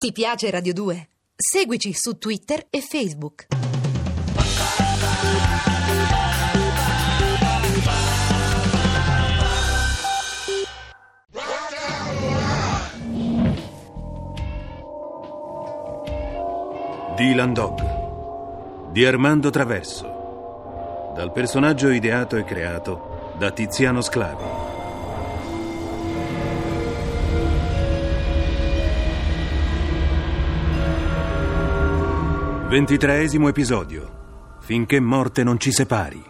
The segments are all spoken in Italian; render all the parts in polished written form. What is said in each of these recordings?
Ti piace Radio 2? Seguici su Twitter e Facebook. Dylan Dog di Armando Traverso, dal personaggio ideato e creato da Tiziano Sclavi. 23esimo episodio. Finché morte non ci separi.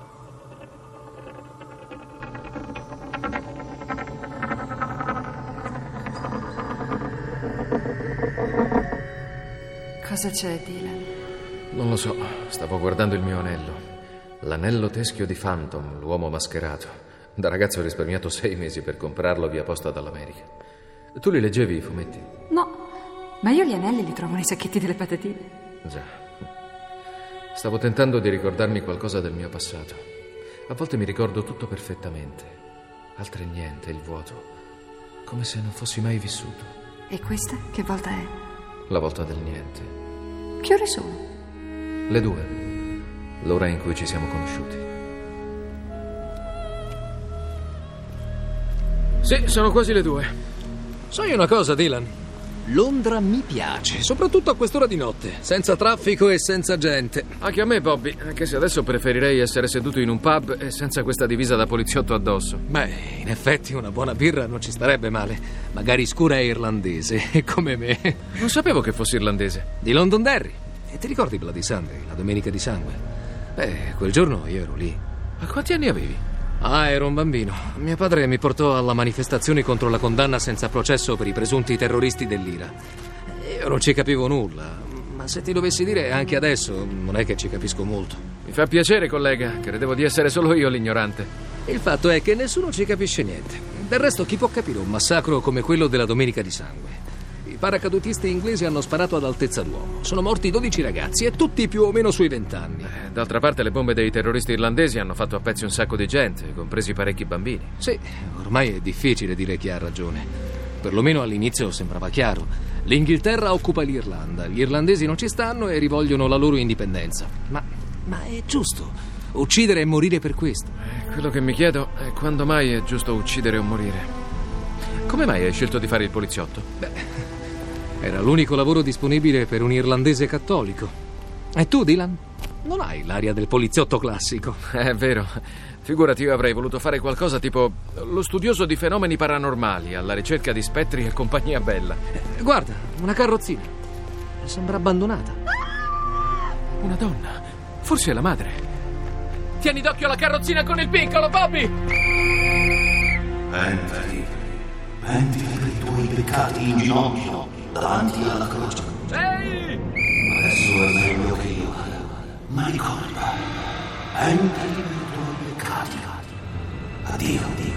Cosa c'è, Dylan? Non lo so, stavo guardando il mio anello. L'anello teschio di Phantom, l'uomo mascherato. Da ragazzo ho risparmiato 6 mesi per comprarlo via posta dall'America. Tu li leggevi i fumetti? No, ma io gli anelli li trovo nei sacchetti delle patatine. Già. Stavo tentando di ricordarmi qualcosa del mio passato. A volte mi ricordo tutto perfettamente, altre niente, il vuoto, come se non fossi mai vissuto. E questa che volta è? La volta del niente. Che ore sono? Le 2, l'ora in cui ci siamo conosciuti. Sì, sono quasi le 2. Sai una cosa, Dylan? Londra mi piace, soprattutto a quest'ora di notte, senza traffico e senza gente. Anche a me, Bobby, anche se adesso preferirei essere seduto in un pub e senza questa divisa da poliziotto addosso. Beh, in effetti una buona birra non ci starebbe male. Magari scura e irlandese, come me. Non sapevo che fossi irlandese. Di Londonderry. E ti ricordi Bloody Sunday, la domenica di sangue? Beh, quel giorno io ero lì. Ma quanti anni avevi? Ero un bambino. Mio padre mi portò alla manifestazione contro la condanna senza processo per i presunti terroristi dell'IRA. Io non ci capivo nulla, ma se ti dovessi dire anche adesso non è che ci capisco molto. Mi fa piacere, collega, credevo di essere solo io l'ignorante. Il fatto è che nessuno ci capisce niente. Del resto chi può capire un massacro come quello della domenica di sangue? I paracadutisti inglesi hanno sparato ad altezza d'uomo. Sono morti 12 ragazzi e tutti più o meno sui 20 anni. D'altra parte le bombe dei terroristi irlandesi hanno fatto a pezzi un sacco di gente, compresi parecchi bambini. Sì, ormai è difficile dire chi ha ragione. Perlomeno all'inizio sembrava chiaro. L'Inghilterra occupa l'Irlanda, gli irlandesi non ci stanno e rivogliono la loro indipendenza. Ma è giusto uccidere e morire per questo? Quello che mi chiedo è quando mai è giusto uccidere o morire. Come mai hai scelto di fare il poliziotto? Era l'unico lavoro disponibile per un irlandese cattolico. E tu, Dylan? Non hai l'aria del poliziotto classico. È vero. Figurati, io avrei voluto fare qualcosa tipo lo studioso di fenomeni paranormali, alla ricerca di spettri e compagnia bella. Guarda, una carrozzina. Sembra abbandonata. Una donna. Forse è la madre. Tieni d'occhio la carrozzina con il piccolo, Bobby! Pentiti dei tuoi peccati in ginocchio davanti alla croce. Ehi! Adesso è meglio che io vada. Ma ricorda, pentiti dei tuoi peccati. Addio.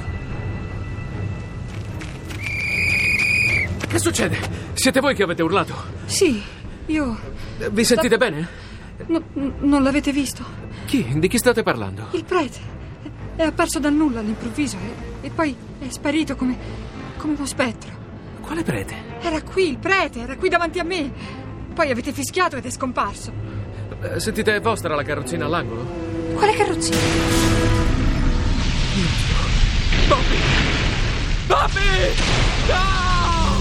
Che succede? Siete voi che avete urlato? Sì, io... Vi sentite bene? Non l'avete visto? Chi? Di chi state parlando? Il prete. È apparso dal nulla all'improvviso e poi è sparito come uno spettro. Quale prete? Era qui, il prete, era qui davanti a me. Poi avete fischiato ed è scomparso. Sentite, è vostra la carrozzina all'angolo? Quale carrozzina? Bobby! Bobby! No!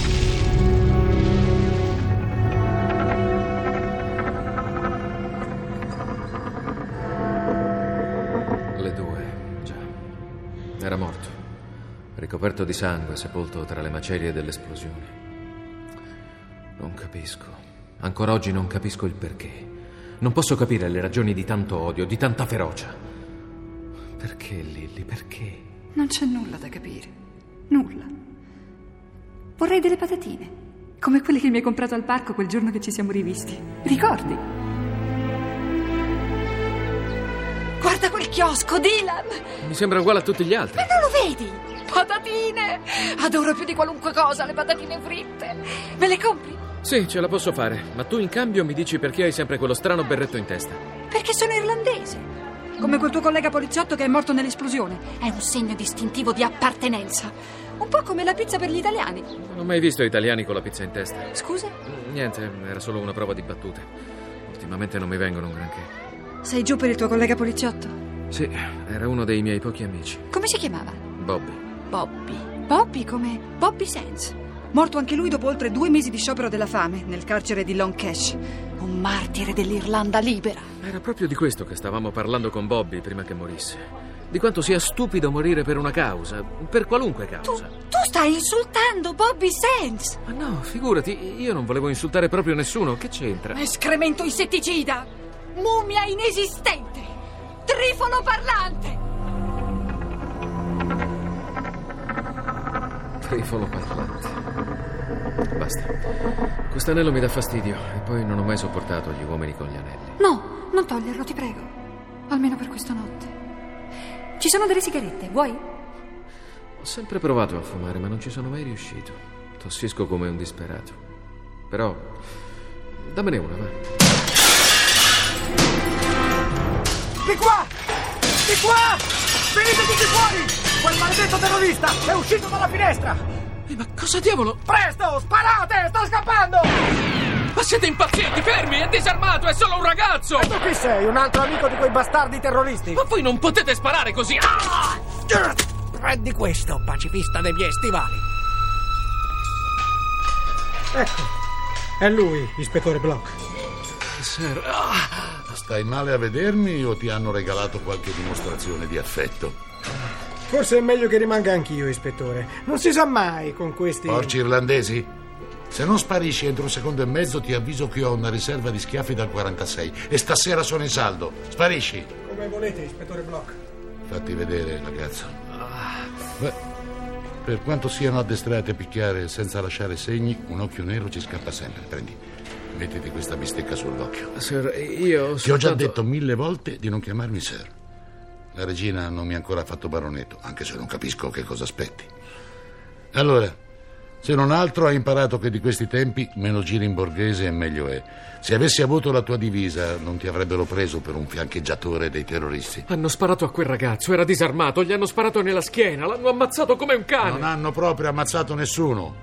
Le 2, già. Era morto. Ricoperto di sangue, sepolto tra le macerie dell'esplosione. Non capisco. Ancora oggi non capisco il perché. Non posso capire le ragioni di tanto odio, di tanta ferocia. Perché, Lily, perché? Non c'è nulla da capire. Nulla. Vorrei delle patatine, come quelle che mi hai comprato al parco quel giorno che ci siamo rivisti. Ricordi? Guarda quel chiosco, Dylan! Mi sembra uguale a tutti gli altri. Ma non lo vedi? Patatine! Adoro più di qualunque cosa le patatine fritte. Me le compri? Sì, ce la posso fare, ma tu in cambio mi dici perché hai sempre quello strano berretto in testa. Perché sono irlandese. Come quel tuo collega poliziotto che è morto nell'esplosione. È un segno distintivo di appartenenza. Un po' come la pizza per gli italiani. Non ho mai visto italiani con la pizza in testa. Scusa? Niente, era solo una prova di battute. Ultimamente non mi vengono un granché. Sei giù per il tuo collega poliziotto? Sì, era uno dei miei pochi amici. Come si chiamava? Bobby. Bobby. Bobby come Bobby Sands. Morto anche lui dopo oltre 2 mesi di sciopero della fame nel carcere di Long Cash. Un martire dell'Irlanda libera. Era proprio di questo che stavamo parlando con Bobby prima che morisse. Di quanto sia stupido morire per una causa, per qualunque causa. Tu stai insultando Bobby Sands! Ma no, figurati, io non volevo insultare proprio nessuno. Che c'entra? Escremento insetticida! Mumia inesistente! Trifolo parlante! Trifolo parlante. Basta. Quest'anello mi dà fastidio e poi non ho mai sopportato gli uomini con gli anelli. No, non toglierlo, ti prego. Almeno per questa notte. Ci sono delle sigarette, vuoi? Ho sempre provato a fumare, ma non ci sono mai riuscito. Tossisco come un disperato. Però, dammene una, va. Di qua! Di qua! Venite tutti fuori! Quel maledetto terrorista è uscito dalla finestra! Ma cosa diavolo? Presto! Sparate! Sta scappando! Ma siete impazienti, fermi! È disarmato, è solo un ragazzo! E tu chi sei? Un altro amico di quei bastardi terroristi? Ma voi non potete sparare così! Ah! Prendi questo, pacifista dei miei stivali. Ecco, è lui, ispettore Block. Sir, Stai male a vedermi o ti hanno regalato qualche dimostrazione di affetto? Forse è meglio che rimanga anch'io, ispettore. Non si sa mai con questi... Porci irlandesi? Se non sparisci entro 1 secondo e mezzo ti avviso che ho una riserva di schiaffi dal 46 e stasera sono in saldo. Sparisci. Come volete, ispettore Block. Fatti vedere, ragazzo. Beh, per quanto siano addestrati a picchiare senza lasciare segni, un occhio nero ci scappa sempre. Prendi, mettiti questa bistecca sull'occhio. Sir, io Ti ho già detto 1000 volte di non chiamarmi Sir. La regina non mi ha ancora fatto baronetto, anche se non capisco che cosa aspetti. Allora, se non altro hai imparato che di questi tempi meno giri in borghese e meglio è. Se avessi avuto la tua divisa non ti avrebbero preso per un fiancheggiatore dei terroristi. Hanno sparato a quel ragazzo, era disarmato, gli hanno sparato nella schiena, l'hanno ammazzato come un cane. Non hanno proprio ammazzato nessuno.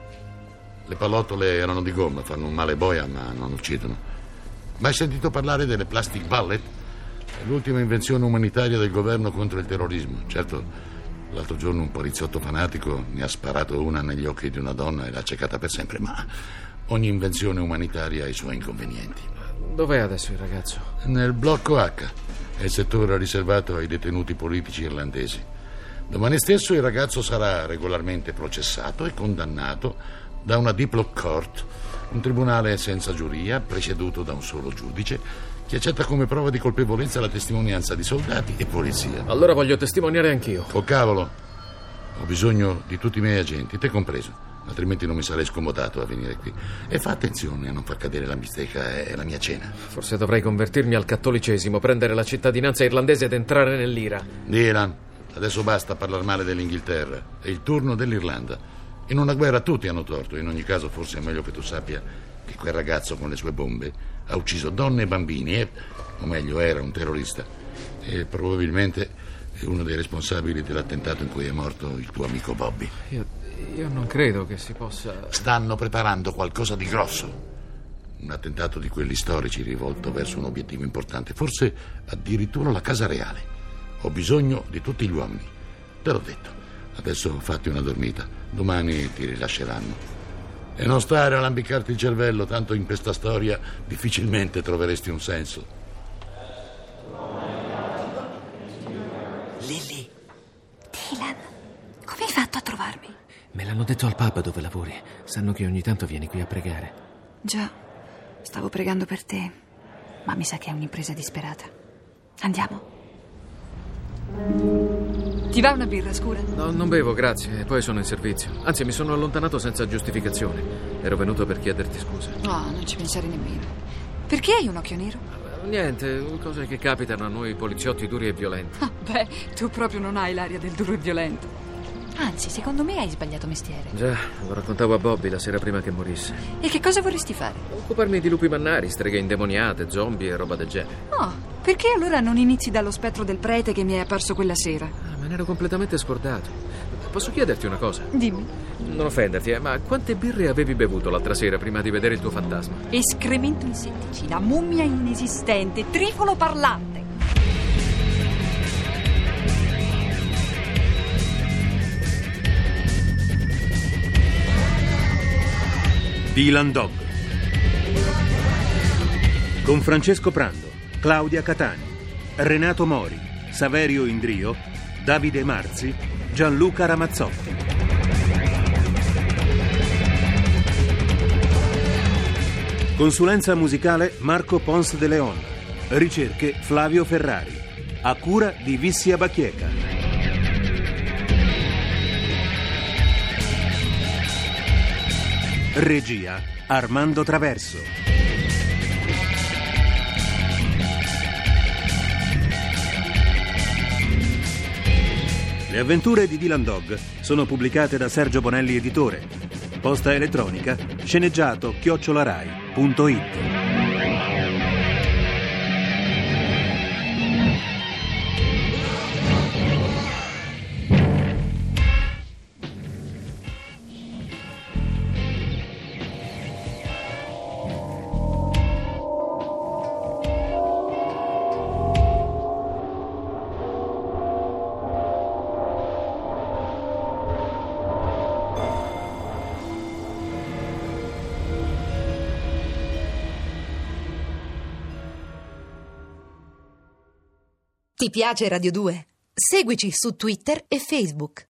Le pallottole erano di gomma, fanno un male boia ma non uccidono. Ma hai sentito parlare delle plastic bullet? È l'ultima invenzione umanitaria del governo contro il terrorismo. Certo, l'altro giorno un poliziotto fanatico ne ha sparato una negli occhi di una donna e l'ha accecata per sempre, ma ogni invenzione umanitaria ha i suoi inconvenienti. Dov'è adesso il ragazzo? Nel blocco H, è il settore riservato ai detenuti politici irlandesi. Domani stesso il ragazzo sarà regolarmente processato e condannato da una Diplock Court, un tribunale senza giuria, presieduto da un solo giudice, che accetta come prova di colpevolezza la testimonianza di soldati e polizia. Allora voglio testimoniare anch'io. Oh cavolo, ho bisogno di tutti i miei agenti, te compreso, altrimenti non mi sarei scomodato a venire qui. E fa attenzione a non far cadere la bistecca, è la mia cena. Forse dovrei convertirmi al cattolicesimo, prendere la cittadinanza irlandese ed entrare nell'IRA. Dylan, adesso basta parlare male dell'Inghilterra, è il turno dell'Irlanda. In una guerra tutti hanno torto, in ogni caso forse è meglio che tu sappia che quel ragazzo con le sue bombe ha ucciso donne e bambini, o meglio era un terrorista, e probabilmente è uno dei responsabili dell'attentato in cui è morto il tuo amico Bobby. Io non credo che si possa... Stanno preparando qualcosa di grosso, un attentato di quelli storici rivolto verso un obiettivo importante, forse addirittura la Casa Reale. Ho bisogno di tutti gli uomini, te l'ho detto. Adesso fatti una dormita, domani ti rilasceranno. E non stare a lambicarti il cervello, tanto in questa storia difficilmente troveresti un senso. Lily. Dylan, come hai fatto a trovarmi? Me l'hanno detto al pub dove lavori. Sanno che ogni tanto vieni qui a pregare. Già, stavo pregando per te, ma mi sa che è un'impresa disperata. Andiamo. Ti va una birra scura? No, non bevo, grazie, e poi sono in servizio. Anzi, mi sono allontanato senza giustificazione. Ero venuto per chiederti scusa. No, non ci pensare nemmeno. Perché hai un occhio nero? Niente, cose che capitano a noi poliziotti duri e violenti. Beh, tu proprio non hai l'aria del duro e violento. Anzi, secondo me hai sbagliato mestiere. Già, lo raccontavo a Bobby la sera prima che morisse. E che cosa vorresti fare? Occuparmi di lupi mannari, streghe indemoniate, zombie e roba del genere. Oh, perché allora non inizi dallo spettro del prete che mi è apparso quella sera? Me ne ero completamente scordato. posso chiederti una cosa? Dimmi. Non offenderti, ma quante birre avevi bevuto l'altra sera prima di vedere il tuo fantasma? Escremento insettici, la mummia inesistente, trifolo parlante. Dylan Dog con Francesco Prando, Claudia Catani, Renato Mori, Saverio Indrio, Davide Marzi, Gianluca Ramazzotti. Consulenza musicale Marco Pons de Leon. Ricerche Flavio Ferrari. A cura di Vissia Bacchieca. Regia Armando Traverso. Le avventure di Dylan Dog sono pubblicate da Sergio Bonelli Editore. Posta elettronica sceneggiato@rai.it. Ti piace Radio 2? Seguici su Twitter e Facebook.